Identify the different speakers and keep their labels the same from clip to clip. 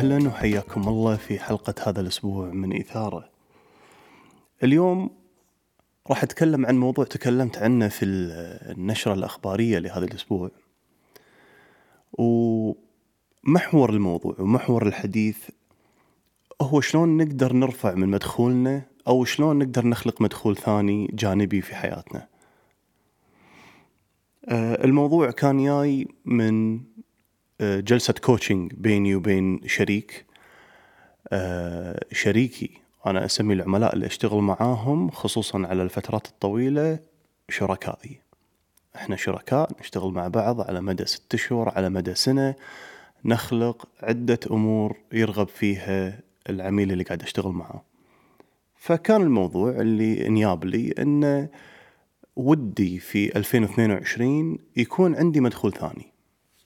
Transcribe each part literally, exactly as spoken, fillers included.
Speaker 1: أهلا وحياكم الله في حلقة هذا الأسبوع من إثارة. اليوم راح أتكلم عن موضوع تكلمت عنه في النشرة الأخبارية لهذا الأسبوع، ومحور الموضوع ومحور الحديث هو شلون نقدر نرفع من مدخولنا أو شلون نقدر نخلق مدخول ثاني جانبي في حياتنا. الموضوع كان جاي من جلسة كوتشنج بيني وبين شريك شريكي. أنا أسمي العملاء اللي أشتغل معاهم خصوصا على الفترات الطويلة شركائي. إحنا شركاء نشتغل مع بعض على مدى ست شهور على مدى سنة، نخلق عدة أمور يرغب فيها العميل اللي قاعد أشتغل معه. فكان الموضوع اللي انياب لي أن ودي في ألفين واثنين وعشرين يكون عندي مدخول ثاني.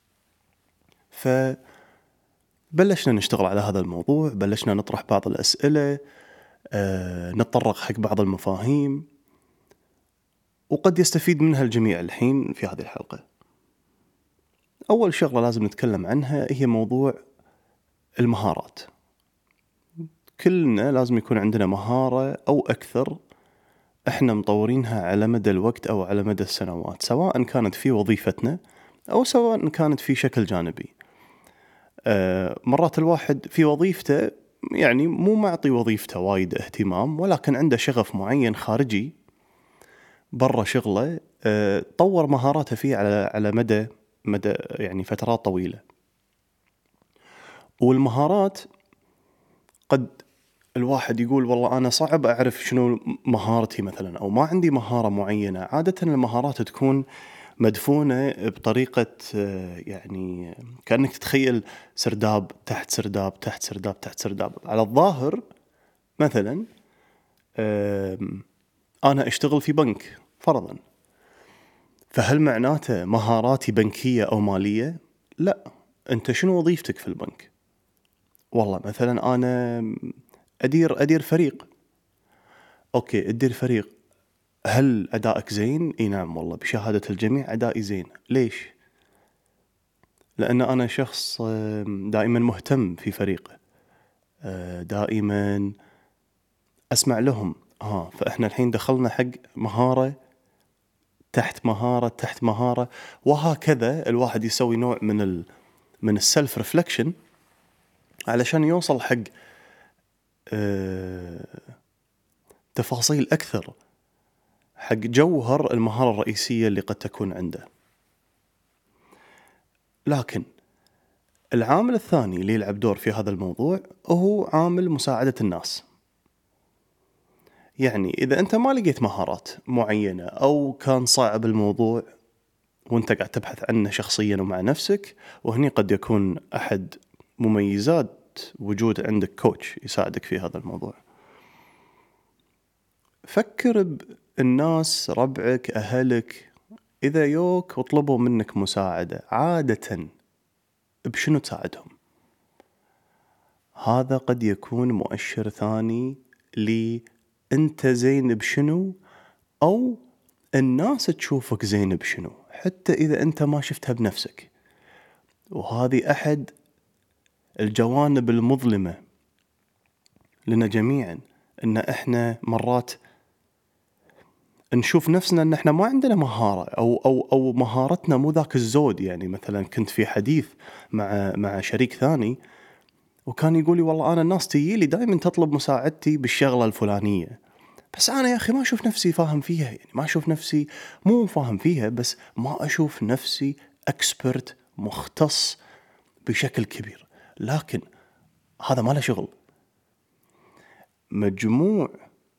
Speaker 1: فبلشنا نشتغل على هذا الموضوع، بلشنا نطرح بعض الأسئلة، أه نتطرق حق بعض المفاهيم، وقد يستفيد منها الجميع الحين في هذه الحلقة. أول شغلة لازم نتكلم عنها هي موضوع المهارات. كلنا لازم يكون عندنا مهارة أو أكثر إحنا مطورينها على مدى الوقت أو على مدى السنوات، سواء كانت في وظيفتنا أو سواء كانت في شكل جانبي. أه مرات الواحد في وظيفته يعني مو معطي وظيفته وايد اهتمام، ولكن عنده شغف معين خارجي برا شغله، أه طور مهاراته فيه على على مدى مدى يعني فترات طويلة. والمهارات قد الواحد يقول والله أنا صعب أعرف شنو مهارتي مثلا، أو ما عندي مهارة معينة. عادة المهارات تكون مدفونة بطريقة يعني كأنك تتخيل سرداب تحت سرداب تحت سرداب تحت سرداب. على الظاهر مثلا أنا أشتغل في بنك فرضا، فهل معناته مهاراتي بنكية أو مالية؟ لا. أنت شنو وظيفتك في البنك؟ والله مثلا أنا أدير أدير فريق. أوكي، أدير فريق. هل أدائك زين؟ إيه نعم والله بشهادة الجميع أدائي زين. ليش؟ لأن أنا شخص دائما مهتم في فريقه، دائما أسمع لهم. ها فإحنا الحين دخلنا حق مهارة تحت مهارة تحت مهارة، وهكذا الواحد يسوي نوع من ال من السلف ريفلكشن علشان يوصل حق أه تفاصيل أكثر، حق جوهر المهارة الرئيسية اللي قد تكون عنده. لكن العامل الثاني اللي يلعب دور في هذا الموضوع هو عامل مساعدة الناس. يعني إذا أنت ما لقيت مهارات معينة أو كان صعب الموضوع وأنت قاعد تبحث عنه شخصيا ومع نفسك، وهني قد يكون أحد مميزات وجود عندك كوتش يساعدك في هذا الموضوع. فكر بالناس، ربعك، أهلك، إذا يوك وطلبوا منك مساعدة عادة بشنو تساعدهم؟ هذا قد يكون مؤشر ثاني لي أنت زين بشنو، أو الناس تشوفك زين بشنو حتى إذا أنت ما شفتها بنفسك. وهذه أحد الجوانب المظلمة لنا جميعا، إن إحنا مرات نشوف نفسنا إن إحنا ما عندنا مهارة أو أو أو مهارتنا مو ذاك الزود. يعني مثلا كنت في حديث مع مع شريك ثاني، وكان يقولي والله أنا الناس تيجي لي دائما تطلب مساعدتي بالشغلة الفلانية، بس أنا يا أخي ما أشوف نفسي فاهم فيها. يعني ما أشوف نفسي مو فاهم فيها، بس ما أشوف نفسي اكسبرت مختص بشكل كبير. لكن هذا ما له شغل. مجموع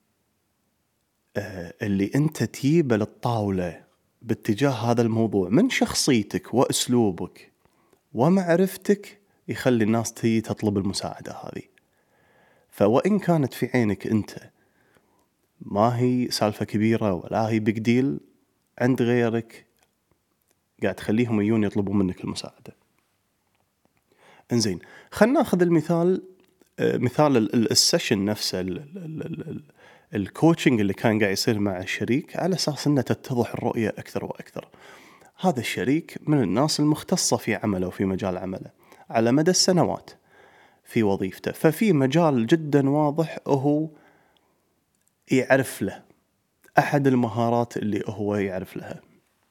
Speaker 1: آه اللي أنت تجيبه للطاولة باتجاه هذا الموضوع من شخصيتك وأسلوبك ومعرفتك يخلي الناس تيجي تطلب المساعدة هذه. فوإن كانت في عينك أنت ما هي سالفة كبيرة ولا هي بيج ديل، عند غيرك قاعد تخليهم يجون يطلبون منك المساعدة. انزين، خلنا ناخذ المثال مثال السيشن نفسه، الكوتشنج اللي كان قاعد يصير مع الشريك، على أساس أنه تتضح الرؤية أكثر وأكثر. هذا الشريك من الناس المختصة في عمله وفي مجال عمله على مدى السنوات في وظيفته، ففي مجال جدا واضح هو يعرف له، أحد المهارات اللي هو يعرف لها.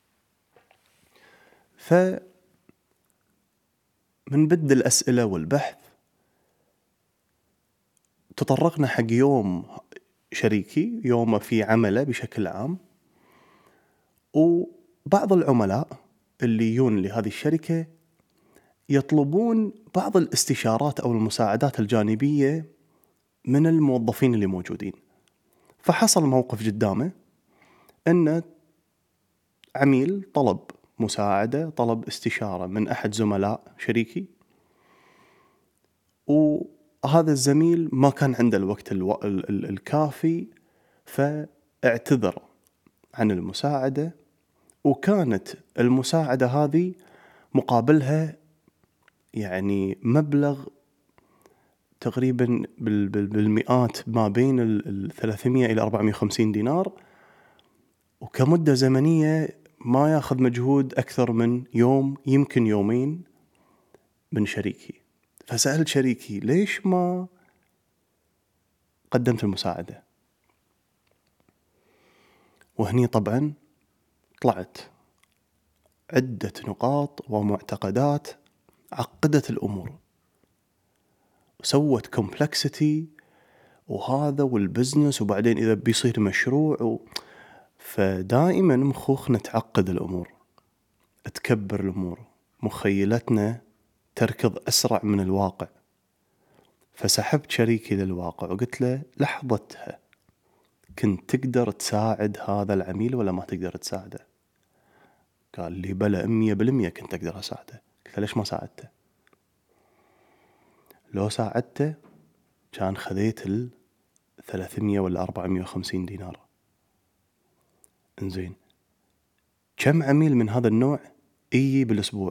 Speaker 1: فمن بدء الأسئلة والبحث تطرقنا حق يوم شريكي، يوم في عمله بشكل عام، وبعض العملاء اللي يجون لهذه الشركة يطلبون بعض الاستشارات أو المساعدات الجانبية من الموظفين اللي موجودين. فحصل موقف قدامه أن عميل طلب مساعدة، طلب استشارة من أحد زملاء شريكي، وهذا الزميل ما كان عنده الوقت الو... ال... ال... الكافي، فاعتذر عن المساعدة، وكانت المساعدة هذه مقابلها يعني مبلغ تقريبا بال... بال... بالمئات، ما بين ال ثلاثمية إلى أربعمية وخمسين دينار، وكمدة زمنية ما ياخذ مجهود أكثر من يوم، يمكن يومين من شريكي. فسألت شريكي ليش ما قدمت المساعدة؟ وهني طبعا طلعت عدة نقاط ومعتقدات عقدت الأمور وسوت كومبلكسيتي، وهذا والبزنس، وبعدين إذا بيصير مشروع و... فدائما مخوخنا تعقد الأمور، تكبر الأمور، مخيلتنا تركض أسرع من الواقع. فسحبت شريكي للواقع وقلت له لحظتها كنت تقدر تساعد هذا العميل ولا ما تقدر تساعده؟ قال لي بلا مية بالمية كنت أقدر أساعده. قلت له ليش ما ساعدته؟ لو ساعدته كان خذيت ال ثلاثمية ولا أربعمية وخمسين دينار. انزين كم عميل من هذا النوع إيي بالأسبوع؟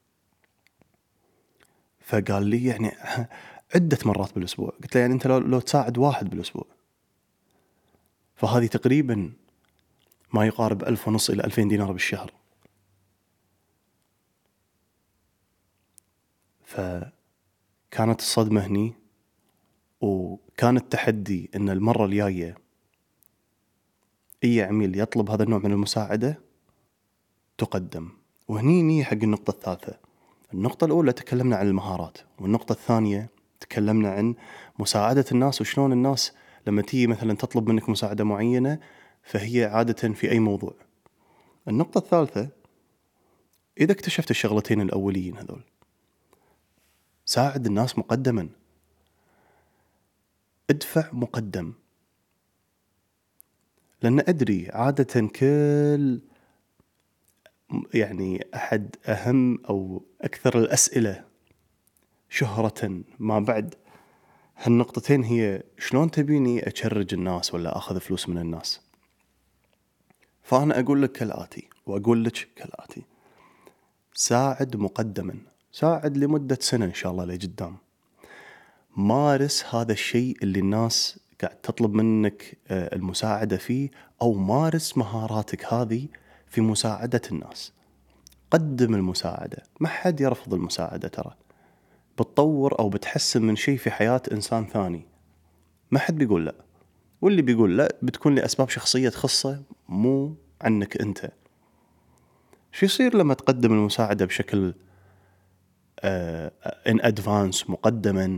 Speaker 1: فقال لي يعني عدة مرات بالأسبوع. قلت له يعني أنت لو, لو تساعد واحد بالأسبوع، فهذه تقريبا ما يقارب ألف ونص إلى ألفين دينار بالشهر. فكانت الصدمة هني، وكان التحدي أن المرة الجاية أي عميل يطلب هذا النوع من المساعدة تقدم. وهني نيجي حق النقطة الثالثة. النقطة الأولى تكلمنا عن المهارات، والنقطة الثانية تكلمنا عن مساعدة الناس، وشلون الناس لما تيجي مثلا تطلب منك مساعدة معينة فهي عادة في أي موضوع. النقطة الثالثة، إذا اكتشفت الشغلتين الأوليين هذول، ساعد الناس مقدما، ادفع مقدم. لأن أدري عادة كل يعني أحد أهم أو أكثر الأسئلة شهرة ما بعد هالنقطتين هي شلون تبيني أشرج الناس ولا أخذ فلوس من الناس. فأنا أقول لك كالآتي وأقول لك كالآتي: ساعد مقدما، ساعد لمدة سنة إن شاء الله لقدام. مارس هذا الشيء اللي الناس قاعد تطلب منك المساعدة فيه، أو مارس مهاراتك هذه في مساعدة الناس. قدم المساعدة، ما حد يرفض المساعدة، ترى بتطور أو بتحسن من شيء في حياة إنسان ثاني، ما حد بيقول لا. واللي بيقول لا بتكون لأسباب شخصية تخصه، مو عنك أنت. شو يصير لما تقدم المساعدة بشكل آه in advance مقدما؟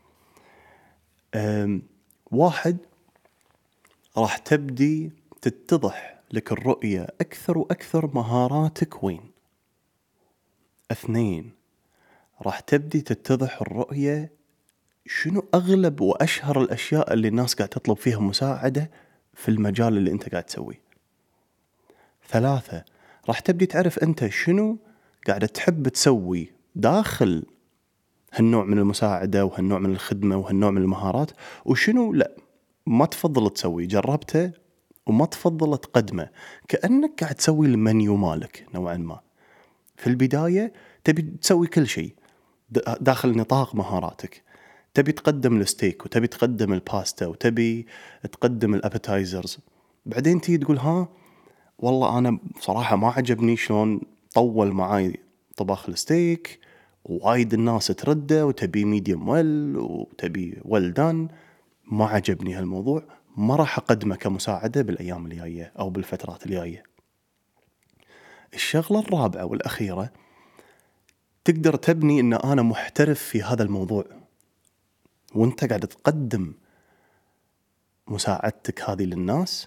Speaker 1: آه واحد، راح تبدي تتضح لك الرؤية أكثر وأكثر مهاراتك وين. اثنين، راح تبدي تتضح الرؤية شنو أغلب وأشهر الأشياء اللي الناس قاعد تطلب فيها مساعدة في المجال اللي أنت قاعد تسويه. ثلاثة، راح تبدي تعرف أنت شنو قاعد تحب تسوي داخل هالنوع من المساعدة وهالنوع من الخدمة وهالنوع من المهارات، وشنو لا ما تفضل تسوي، جربته وما تفضل تقدمه. كأنك قاعد تسوي المنيو مالك نوعا ما. في البداية تبي تسوي كل شيء داخل نطاق مهاراتك، تبي تقدم الستيك وتبي تقدم الباستا وتبي تقدم الابيتايزرز. بعدين تيجي تقول ها والله أنا صراحة ما عجبني شلون طول معاي طباخ الستيك، وايد الناس ترده وتبي ميديوم ويل وتبي ويل دان. ما عجبني هالموضوع، ما راح أقدمه كمساعدة بالأيام الجاية أو بالفترات الجاية. الشغلة الرابعة والأخيرة، تقدر تبني إن أنا محترف في هذا الموضوع، وانت قاعد تقدم مساعدتك هذه للناس،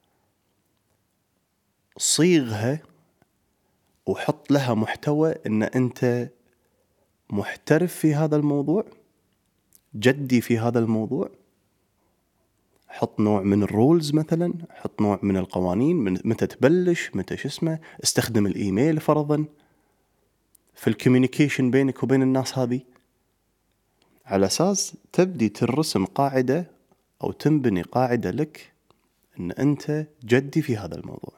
Speaker 1: صيغها وحط لها محتوى إن أنت محترف في هذا الموضوع، جدي في هذا الموضوع. حط نوع من الرولز مثلا، حط نوع من القوانين، من متى تبلش، متى شو اسمه، استخدم الإيميل فرضا في الكوميونيكيشن بينك وبين الناس هذه، على أساس تبدي ترسم قاعدة أو تنبني قاعدة لك إن أنت جدي في هذا الموضوع.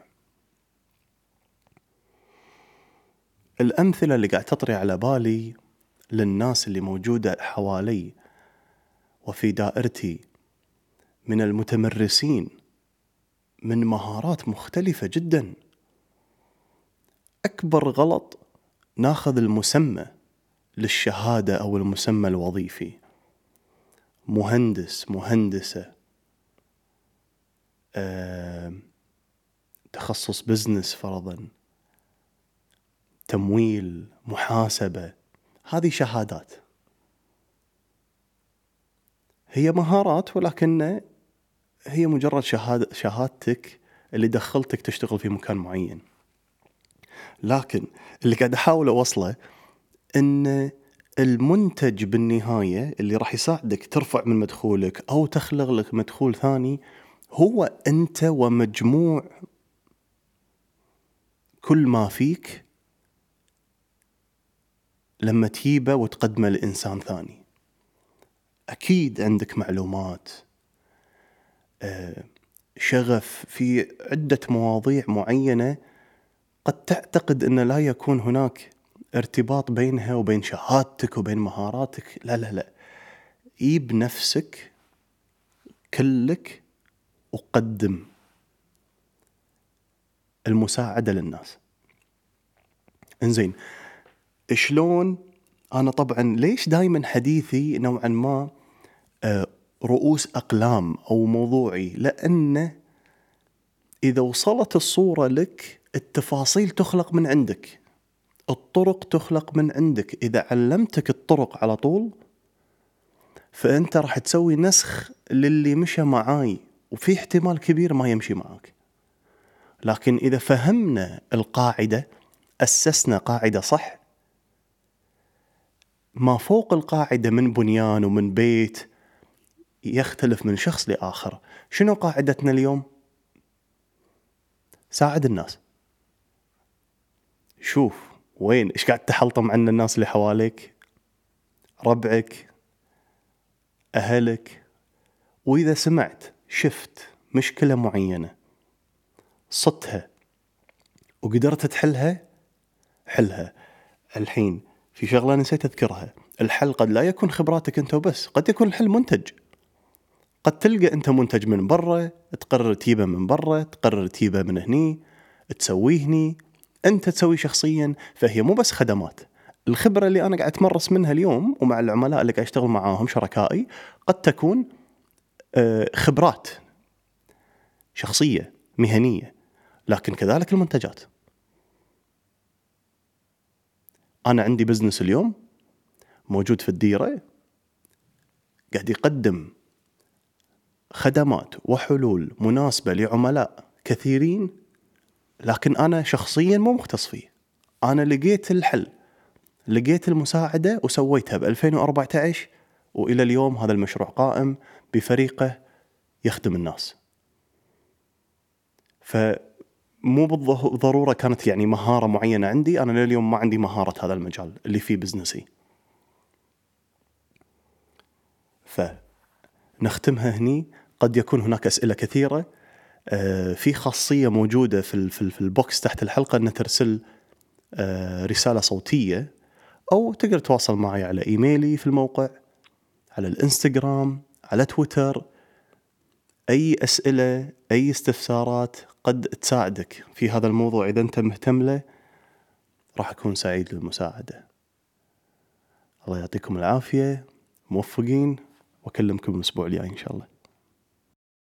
Speaker 1: الأمثلة اللي قاعد تطري على بالي للناس اللي موجودة حوالي وفي دائرتي من المتمرسين من مهارات مختلفة جدا، أكبر غلط ناخذ المسمى للشهادة أو المسمى الوظيفي، مهندس، مهندسة، أه، تخصص بزنس فرضا، تمويل، محاسبة. هذه شهادات، هي مهارات، ولكن هي مجرد شهادة، شهادتك اللي دخلتك تشتغل في مكان معين. لكن اللي قاعد أحاول أوصله إن المنتج بالنهاية اللي راح يساعدك ترفع من مدخولك أو تخلق لك مدخول ثاني هو أنت ومجموع كل ما فيك لما تجيبه وتقدمه لإنسان ثاني. أكيد عندك معلومات، شغف في عدة مواضيع معينة قد تعتقد أن لا يكون هناك ارتباط بينها وبين شهادتك وبين مهاراتك. لا لا لا، جيب نفسك كلك وقدم المساعدة للناس. انزين، شلون؟ أنا طبعا ليش دايما حديثي نوعا ما رؤوس أقلام أو موضوعي؟ لأن إذا وصلت الصورة لك، التفاصيل تخلق من عندك، الطرق تخلق من عندك. إذا علمتك الطرق على طول فأنت راح تسوي نسخ للي مشى معاي، وفي احتمال كبير ما يمشي معك. لكن إذا فهمنا القاعدة، أسسنا قاعدة صح، ما فوق القاعدة من بنيان ومن بيت يختلف من شخص لآخر. شنو قاعدتنا اليوم؟ ساعد الناس. شوف وين إيش قاعد تحلطم عن الناس اللي حواليك، ربعك، أهلك. وإذا سمعت شفت مشكلة معينة صدتها وقدرت تحلها، حلها. الحين في شغلة نسيت أذكرها، الحل قد لا يكون خبراتك أنت وبس، قد يكون الحل منتج. قد تلقى أنت منتج من برا، تقرر تجيبه من برا، تقرر تجيبه من هني، تسويه هني، أنت تسوي شخصيا. فهي مو بس خدمات. الخبرة اللي أنا قاعد أتمرس منها اليوم ومع العملاء اللي قاعد أشتغل معاهم شركائي قد تكون خبرات شخصية مهنية، لكن كذلك المنتجات. أنا عندي بزنس اليوم موجود في الديرة، قاعد يقدم خدمات وحلول مناسبة لعملاء كثيرين، لكن أنا شخصيا مو مختص فيه. أنا لقيت الحل، لقيت المساعدة وسويتها بألفين وأربعة عشر، وإلى اليوم هذا المشروع قائم بفريقه يخدم الناس. فمو بالضرورة كانت يعني مهارة معينة عندي، أنا لليوم ما عندي مهارة هذا المجال اللي فيه بزنسي. فنختمها هني. قد يكون هناك أسئلة كثيرة. في خاصية موجودة في في البوكس تحت الحلقة أن ترسل رسالة صوتية، أو تقدر تواصل معي على إيميلي في الموقع، على الإنستغرام، على تويتر. أي أسئلة، أي استفسارات قد تساعدك في هذا الموضوع إذا أنت مهتم له، راح أكون سعيد للمساعدة. الله يعطيكم العافية، موفقين، وأكلمكم الأسبوع الجاي إن شاء الله.